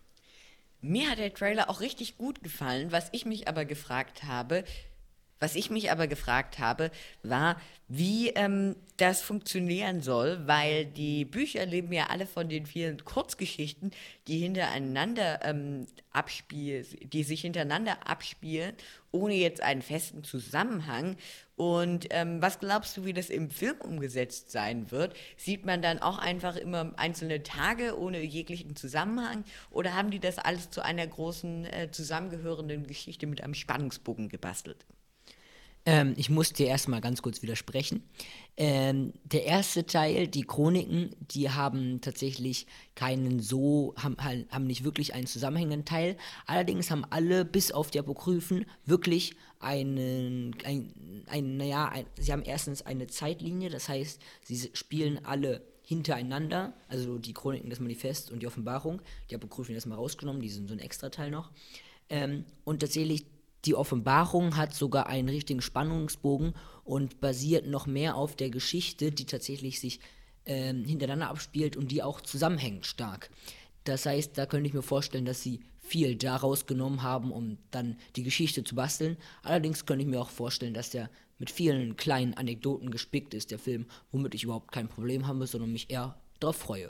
Mir hat der Trailer auch richtig gut gefallen. Was ich mich aber gefragt habe, was ich mich aber gefragt habe, war, wie ähm, das funktionieren soll, weil die Bücher leben ja alle von den vielen Kurzgeschichten, die hintereinander ähm, abspielen, die sich hintereinander abspielen, ohne jetzt einen festen Zusammenhang. Und ähm, was glaubst du, wie das im Film umgesetzt sein wird? Sieht man dann auch einfach immer einzelne Tage ohne jeglichen Zusammenhang? Oder haben die das alles zu einer großen äh, zusammengehörenden Geschichte mit einem Spannungsbogen gebastelt? Ähm, ich muss dir erstmal ganz kurz widersprechen. Ähm, der erste Teil, die Chroniken, die haben tatsächlich keinen so, haben, haben nicht wirklich einen zusammenhängenden Teil. Allerdings haben alle, bis auf die Apokryphen, wirklich einen, ein, ein, naja, ein, sie haben erstens eine Zeitlinie, das heißt, sie spielen alle hintereinander, also die Chroniken, das Manifest und die Offenbarung. Die Apokryphen erstmal rausgenommen, die sind so ein Extrateil noch. Ähm, und tatsächlich Die Offenbarung hat sogar einen richtigen Spannungsbogen und basiert noch mehr auf der Geschichte, die tatsächlich sich ähm, hintereinander abspielt und die auch zusammenhängt stark. Das heißt, da könnte ich mir vorstellen, dass sie viel daraus genommen haben, um dann die Geschichte zu basteln. Allerdings könnte ich mir auch vorstellen, dass der mit vielen kleinen Anekdoten gespickt ist, der Film, womit ich überhaupt kein Problem habe, sondern mich eher darauf freue.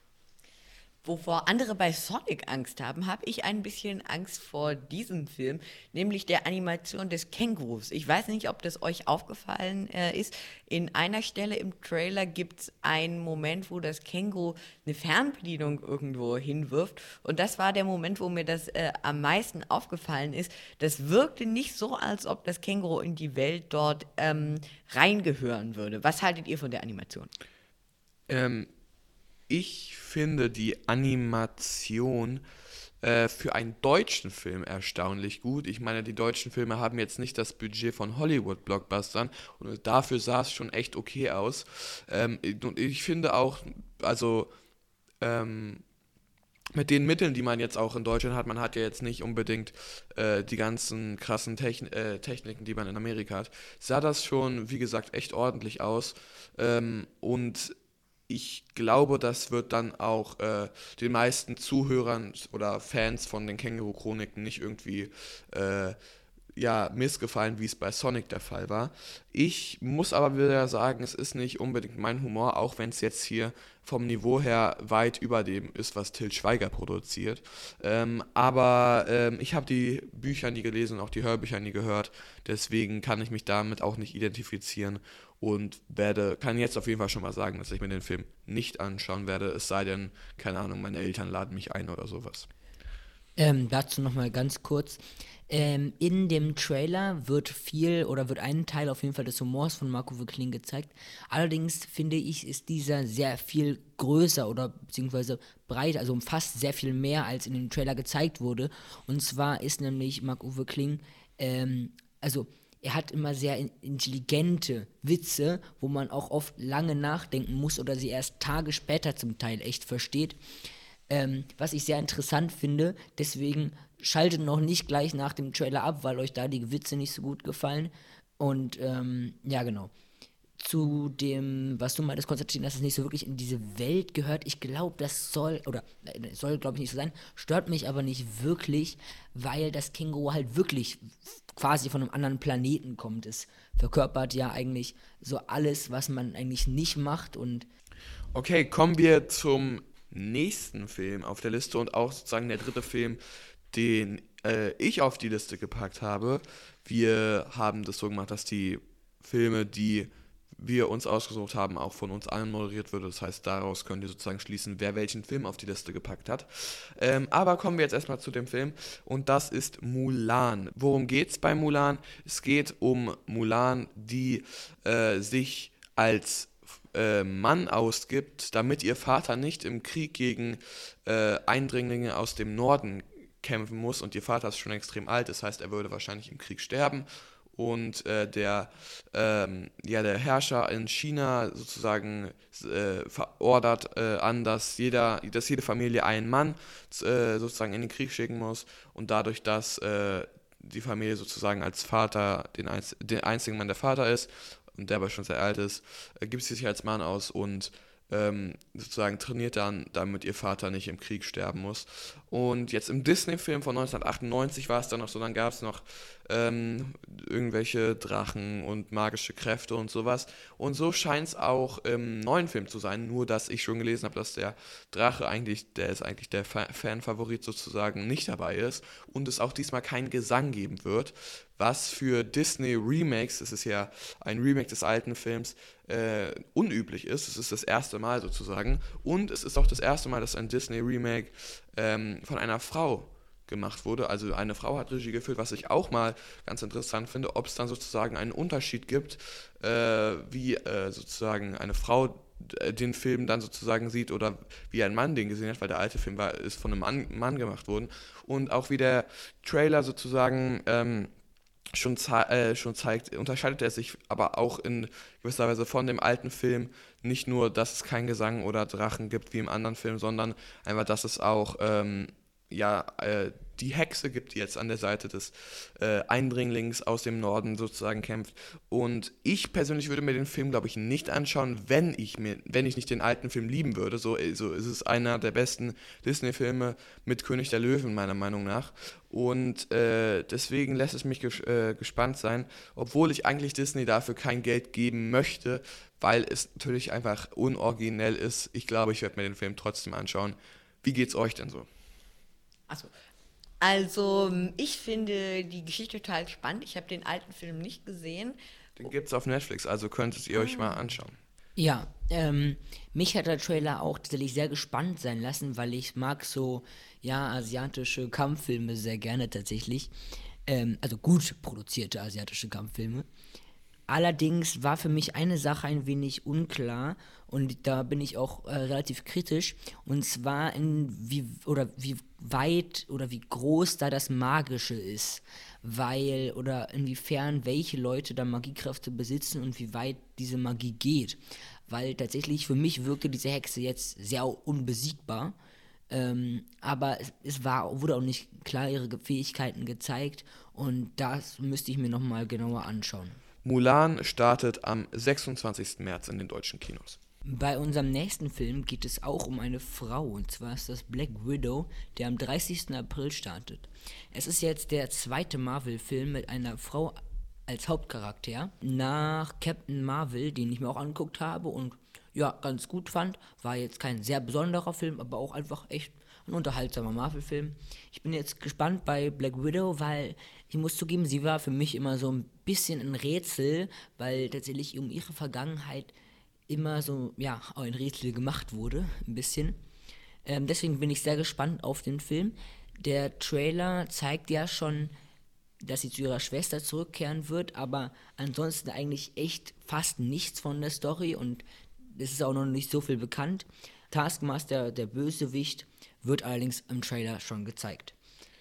Wovor andere bei Sonic Angst haben, habe ich ein bisschen Angst vor diesem Film, nämlich der Animation des Kängurus. Ich weiß nicht, ob das euch aufgefallen äh, ist. In einer Stelle im Trailer gibt es einen Moment, wo das Känguru eine Fernbedienung irgendwo hinwirft. Und das war der Moment, wo mir das äh, am meisten aufgefallen ist. Das wirkte nicht so, als ob das Känguru in die Welt dort ähm, reingehören würde. Was haltet ihr von der Animation? Ähm, ich finde die Animation äh, für einen deutschen Film erstaunlich gut. Ich meine, die deutschen Filme haben jetzt nicht das Budget von Hollywood-Blockbustern und dafür sah es schon echt okay aus. Ähm, und ich finde auch, also ähm, mit den Mitteln, die man jetzt auch in Deutschland hat, man hat ja jetzt nicht unbedingt äh, die ganzen krassen Techn äh, Techniken, die man in Amerika hat, sah das schon, wie gesagt, echt ordentlich aus. Ähm, und ich glaube, das wird dann auch äh, den meisten Zuhörern oder Fans von den Känguru-Chroniken nicht irgendwie äh, ja, missgefallen, wie es bei Sonic der Fall war. Ich muss aber wieder sagen, es ist nicht unbedingt mein Humor, auch wenn es jetzt hier vom Niveau her weit über dem ist, was Til Schweiger produziert. Ähm, aber ähm, ich habe die Bücher nie gelesen und auch die Hörbücher nie gehört, deswegen kann ich mich damit auch nicht identifizieren und werde, kann jetzt auf jeden Fall schon mal sagen, dass ich mir den Film nicht anschauen werde, es sei denn, keine Ahnung, meine Eltern laden mich ein oder sowas. Ähm, dazu nochmal ganz kurz. Ähm, in dem Trailer wird viel oder wird ein Teil auf jeden Fall des Humors von Marc-Uwe Kling gezeigt. Allerdings finde ich, ist dieser sehr viel größer oder beziehungsweise breit, also umfasst sehr viel mehr, als in dem Trailer gezeigt wurde. Und zwar ist nämlich Marc-Uwe Kling, ähm, also er hat immer sehr in- intelligente Witze, wo man auch oft lange nachdenken muss oder sie erst Tage später zum Teil echt versteht. Ähm, was ich sehr interessant finde, deswegen schaltet noch nicht gleich nach dem Trailer ab, weil euch da die Witze nicht so gut gefallen. Und ähm, ja, genau. Zu dem, was du meintest, Konstantin, dass es nicht so wirklich in diese Welt gehört. Ich glaube, das soll, oder äh, soll, glaube ich, nicht so sein, stört mich aber nicht wirklich, weil das Känguru halt wirklich quasi von einem anderen Planeten kommt. Es verkörpert ja eigentlich so alles, was man eigentlich nicht macht und Okay, kommen wir zum nächsten Film auf der Liste und auch sozusagen der dritte Film, den äh, ich auf die Liste gepackt habe. Wir haben das so gemacht, dass die Filme, die wir uns ausgesucht haben, auch von uns allen moderiert würde. Das heißt, daraus könnt ihr sozusagen schließen, wer welchen Film auf die Liste gepackt hat. Ähm, aber kommen wir jetzt erstmal zu dem Film und das ist Mulan. Worum geht es bei Mulan? Es geht um Mulan, die äh, sich als äh, Mann ausgibt, damit ihr Vater nicht im Krieg gegen äh, Eindringlinge aus dem Norden kämpfen muss und ihr Vater ist schon extrem alt, das heißt, er würde wahrscheinlich im Krieg sterben und äh, der, ähm, ja, der Herrscher in China sozusagen äh, verordert äh, an, dass, jeder, dass jede Familie einen Mann äh, sozusagen in den Krieg schicken muss und dadurch, dass äh, die Familie sozusagen als Vater den, einz den einzigen Mann der Vater ist und der aber schon sehr alt ist, äh, gibt sie sich als Mann aus und ähm, sozusagen trainiert dann, damit ihr Vater nicht im Krieg sterben muss. Und jetzt im Disney-Film von neunzehnhundertachtundneunzig war es dann noch so, dann gab es noch ähm, irgendwelche Drachen und magische Kräfte und sowas. Und so scheint es auch im neuen Film zu sein, nur dass ich schon gelesen habe, dass der Drache eigentlich, der ist eigentlich der Fa- Fanfavorit sozusagen, nicht dabei ist und es auch diesmal keinen Gesang geben wird, was für Disney-Remakes, es ist ja ein Remake des alten Films, äh, unüblich ist. Es ist das erste Mal sozusagen und es ist auch das erste Mal, dass ein Disney-Remake ähm, von einer Frau gemacht wurde. Also eine Frau hat Regie geführt, was ich auch mal ganz interessant finde, ob es dann sozusagen einen Unterschied gibt, äh, wie äh, sozusagen eine Frau äh, den Film dann sozusagen sieht oder wie ein Mann den gesehen hat, weil der alte Film war, ist von einem Mann, Mann gemacht worden. Und auch wie der Trailer sozusagen ähm, schon, zei äh, schon zeigt, unterscheidet er sich aber auch in gewisser Weise von dem alten Film. Nicht nur, dass es keinen Gesang oder Drachen gibt wie im anderen Film, sondern einfach, dass es auch ähm, ja, äh, die Hexe gibt, die jetzt an der Seite des äh, Eindringlings aus dem Norden sozusagen kämpft. Und ich persönlich würde mir den Film, glaube ich, nicht anschauen, wenn ich mir, wenn ich nicht den alten Film lieben würde. So, so ist es einer der besten Disney-Filme mit König der Löwen, meiner Meinung nach. Und äh, deswegen lässt es mich ges- äh, gespannt sein, obwohl ich eigentlich Disney dafür kein Geld geben möchte, weil es natürlich einfach unoriginell ist. Ich glaube, ich werde mir den Film trotzdem anschauen. Wie geht's euch denn so? Achso. Also, ich finde die Geschichte total spannend. Ich habe den alten Film nicht gesehen. Den gibt's auf Netflix, also könntet ihr euch mal anschauen. Ja, ähm, mich hat der Trailer auch tatsächlich sehr gespannt sein lassen, weil ich mag so, ja, asiatische Kampffilme sehr gerne tatsächlich. Ähm, also gut produzierte asiatische Kampffilme. Allerdings war für mich eine Sache ein wenig unklar und da bin ich auch äh, relativ kritisch, und zwar in wie oder wie weit oder wie groß da das Magische ist, weil oder inwiefern welche Leute da Magiekräfte besitzen und wie weit diese Magie geht, weil tatsächlich für mich wirkte diese Hexe jetzt sehr unbesiegbar. Ähm, aber es, es war, wurde auch nicht klar ihre Ge- Fähigkeiten gezeigt, und das müsste ich mir nochmal genauer anschauen. Mulan startet am sechsundzwanzigsten März in den deutschen Kinos. Bei unserem nächsten Film geht es auch um eine Frau, und zwar ist das Black Widow, der am dreißigsten April startet. Es ist jetzt der zweite Marvel-Film mit einer Frau als Hauptcharakter. Nach Captain Marvel, den ich mir auch angeguckt habe und ja, ganz gut fand, war jetzt kein sehr besonderer Film, aber auch einfach echt ein unterhaltsamer Marvel-Film. Ich bin jetzt gespannt bei Black Widow, weil ich muss zugeben, sie war für mich immer so ein bisschen ein Rätsel, weil tatsächlich um ihre Vergangenheit immer so, ja, ein Rätsel gemacht wurde, ein bisschen. Ähm, deswegen bin ich sehr gespannt auf den Film. Der Trailer zeigt ja schon, dass sie zu ihrer Schwester zurückkehren wird, aber ansonsten eigentlich echt fast nichts von der Story, und es ist auch noch nicht so viel bekannt. Taskmaster, der Bösewicht, wird allerdings im Trailer schon gezeigt.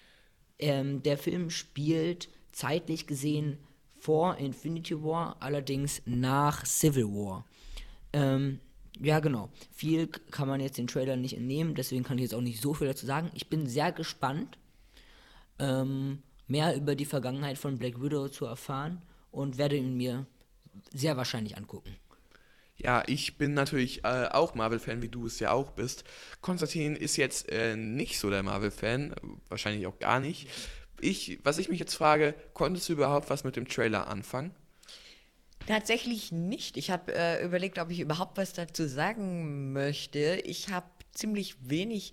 Ähm, der Film spielt zeitlich gesehen vor Infinity War, allerdings nach Civil War. Ähm, ja, genau. Viel k- kann man jetzt den Trailer nicht entnehmen, deswegen kann ich jetzt auch nicht so viel dazu sagen. Ich bin sehr gespannt, ähm, mehr über die Vergangenheit von Black Widow zu erfahren, und werde ihn mir sehr wahrscheinlich angucken. Ja, ich bin natürlich äh, auch Marvel-Fan, wie du es ja auch bist. Konstantin ist jetzt äh, nicht so der Marvel-Fan, wahrscheinlich auch gar nicht. Ich, was ich mich jetzt frage, konntest du überhaupt was mit dem Trailer anfangen? Tatsächlich nicht. Ich habe äh, überlegt, ob ich überhaupt was dazu sagen möchte. Ich habe ziemlich wenig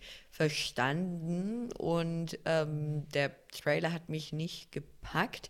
verstanden und ähm, der Trailer hat mich nicht gepackt.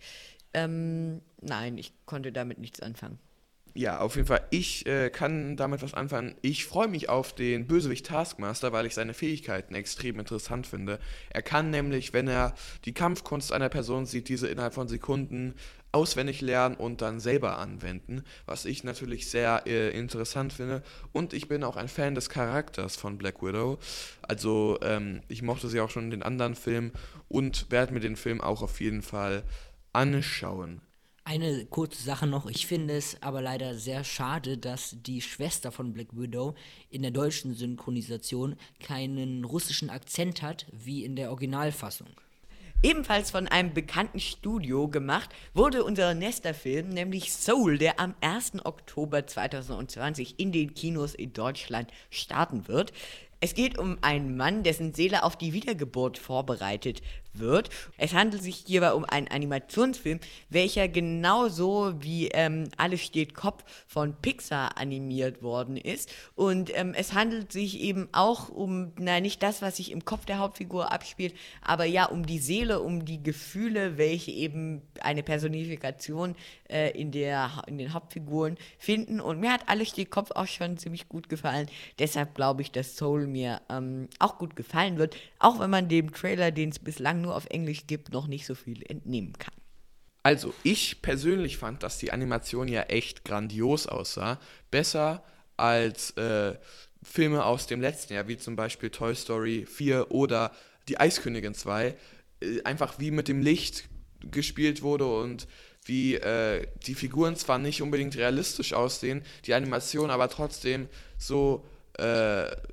Ähm, nein, ich konnte damit nichts anfangen. Ja, auf jeden Fall. Ich äh, kann damit was anfangen. Ich freue mich auf den Bösewicht Taskmaster, weil ich seine Fähigkeiten extrem interessant finde. Er kann nämlich, wenn er die Kampfkunst einer Person sieht, diese innerhalb von Sekunden auswendig lernen und dann selber anwenden, was ich natürlich sehr äh, interessant finde. Und ich bin auch ein Fan des Charakters von Black Widow. Also ähm, ich mochte sie auch schon in den anderen Filmen und werde mir den Film auch auf jeden Fall anschauen. Eine kurze Sache noch, ich finde es aber leider sehr schade, dass die Schwester von Black Widow in der deutschen Synchronisation keinen russischen Akzent hat, wie in der Originalfassung. Ebenfalls von einem bekannten Studio gemacht wurde unser nächster Film, nämlich Soul, der am ersten Oktober zweitausendzwanzig in den Kinos in Deutschland starten wird. Es geht um einen Mann, dessen Seele auf die Wiedergeburt vorbereitet wird. Es handelt sich hierbei um einen Animationsfilm, welcher genauso wie ähm, Alles steht Kopf von Pixar animiert worden ist. Und ähm, es handelt sich eben auch um, na nicht das, was sich im Kopf der Hauptfigur abspielt, aber ja um die Seele, um die Gefühle, welche eben eine Personifikation äh, in, der, in den Hauptfiguren finden. Und mir hat Alles steht Kopf auch schon ziemlich gut gefallen. Deshalb glaube ich, dass Soul mir ähm, auch gut gefallen wird, auch wenn man dem Trailer, den es bislang nur auf Englisch gibt, noch nicht so viel entnehmen kann. Also, ich persönlich fand, dass die Animation ja echt grandios aussah. Besser als äh, Filme aus dem letzten Jahr, wie zum Beispiel Toy Story vier oder Die Eiskönigin zwei. Äh, einfach wie mit dem Licht gespielt wurde und wie äh, die Figuren zwar nicht unbedingt realistisch aussehen, die Animation aber trotzdem so äh,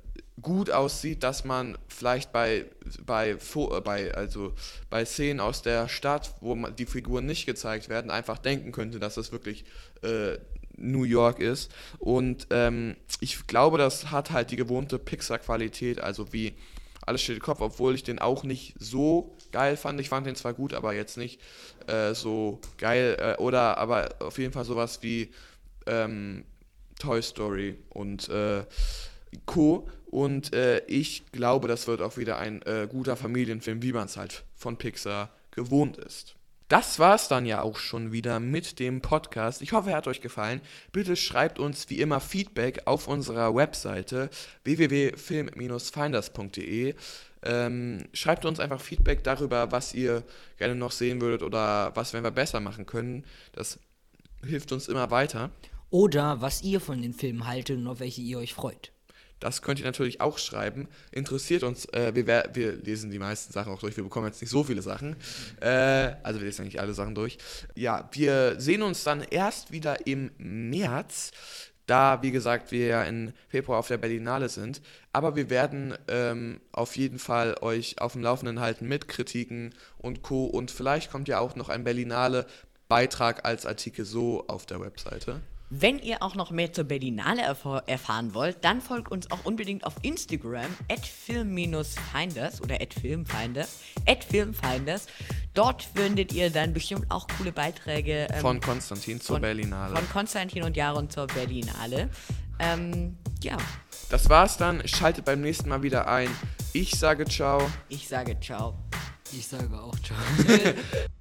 gut aussieht, dass man vielleicht bei, bei, bei, also bei Szenen aus der Stadt, wo man, die Figuren nicht gezeigt werden, einfach denken könnte, dass es wirklich äh, New York ist. Und ähm, ich glaube, das hat halt die gewohnte Pixar-Qualität, also wie Alles steht im Kopf, obwohl ich den auch nicht so geil fand. Ich fand den zwar gut, aber jetzt nicht äh, so geil. Äh, oder aber auf jeden Fall sowas wie ähm, Toy Story und äh, Co. Und äh, ich glaube, das wird auch wieder ein äh, guter Familienfilm, wie man es halt von Pixar gewohnt ist. Das war's dann ja auch schon wieder mit dem Podcast. Ich hoffe, er hat euch gefallen. Bitte schreibt uns wie immer Feedback auf unserer Webseite w w w punkt film dash finders punkt d e. Ähm, schreibt uns einfach Feedback darüber, was ihr gerne noch sehen würdet oder was wir besser machen können. Das hilft uns immer weiter. Oder was ihr von den Filmen haltet und auf welche ihr euch freut. Das könnt ihr natürlich auch schreiben. Interessiert uns, äh, wir, wir lesen die meisten Sachen auch durch, wir bekommen jetzt nicht so viele Sachen. Äh, also wir lesen eigentlich alle Sachen durch. Ja, wir sehen uns dann erst wieder im März, da, wie gesagt, wir ja im Februar auf der Berlinale sind. Aber wir werden ähm, auf jeden Fall euch auf dem Laufenden halten mit Kritiken und Co. Und vielleicht kommt ja auch noch ein Berlinale-Beitrag als Artikel so auf der Webseite. Wenn ihr auch noch mehr zur Berlinale erf- erfahren wollt, dann folgt uns auch unbedingt auf Instagram at film-finders oder at filmfinders, at filmfinders. Dort findet ihr dann bestimmt auch coole Beiträge ähm, von Konstantin zur von, Berlinale. Von Konstantin und Jaron zur Berlinale. Ähm, ja. Das war's dann. Schaltet beim nächsten Mal wieder ein. Ich sage ciao. Ich sage ciao. Ich sage auch ciao.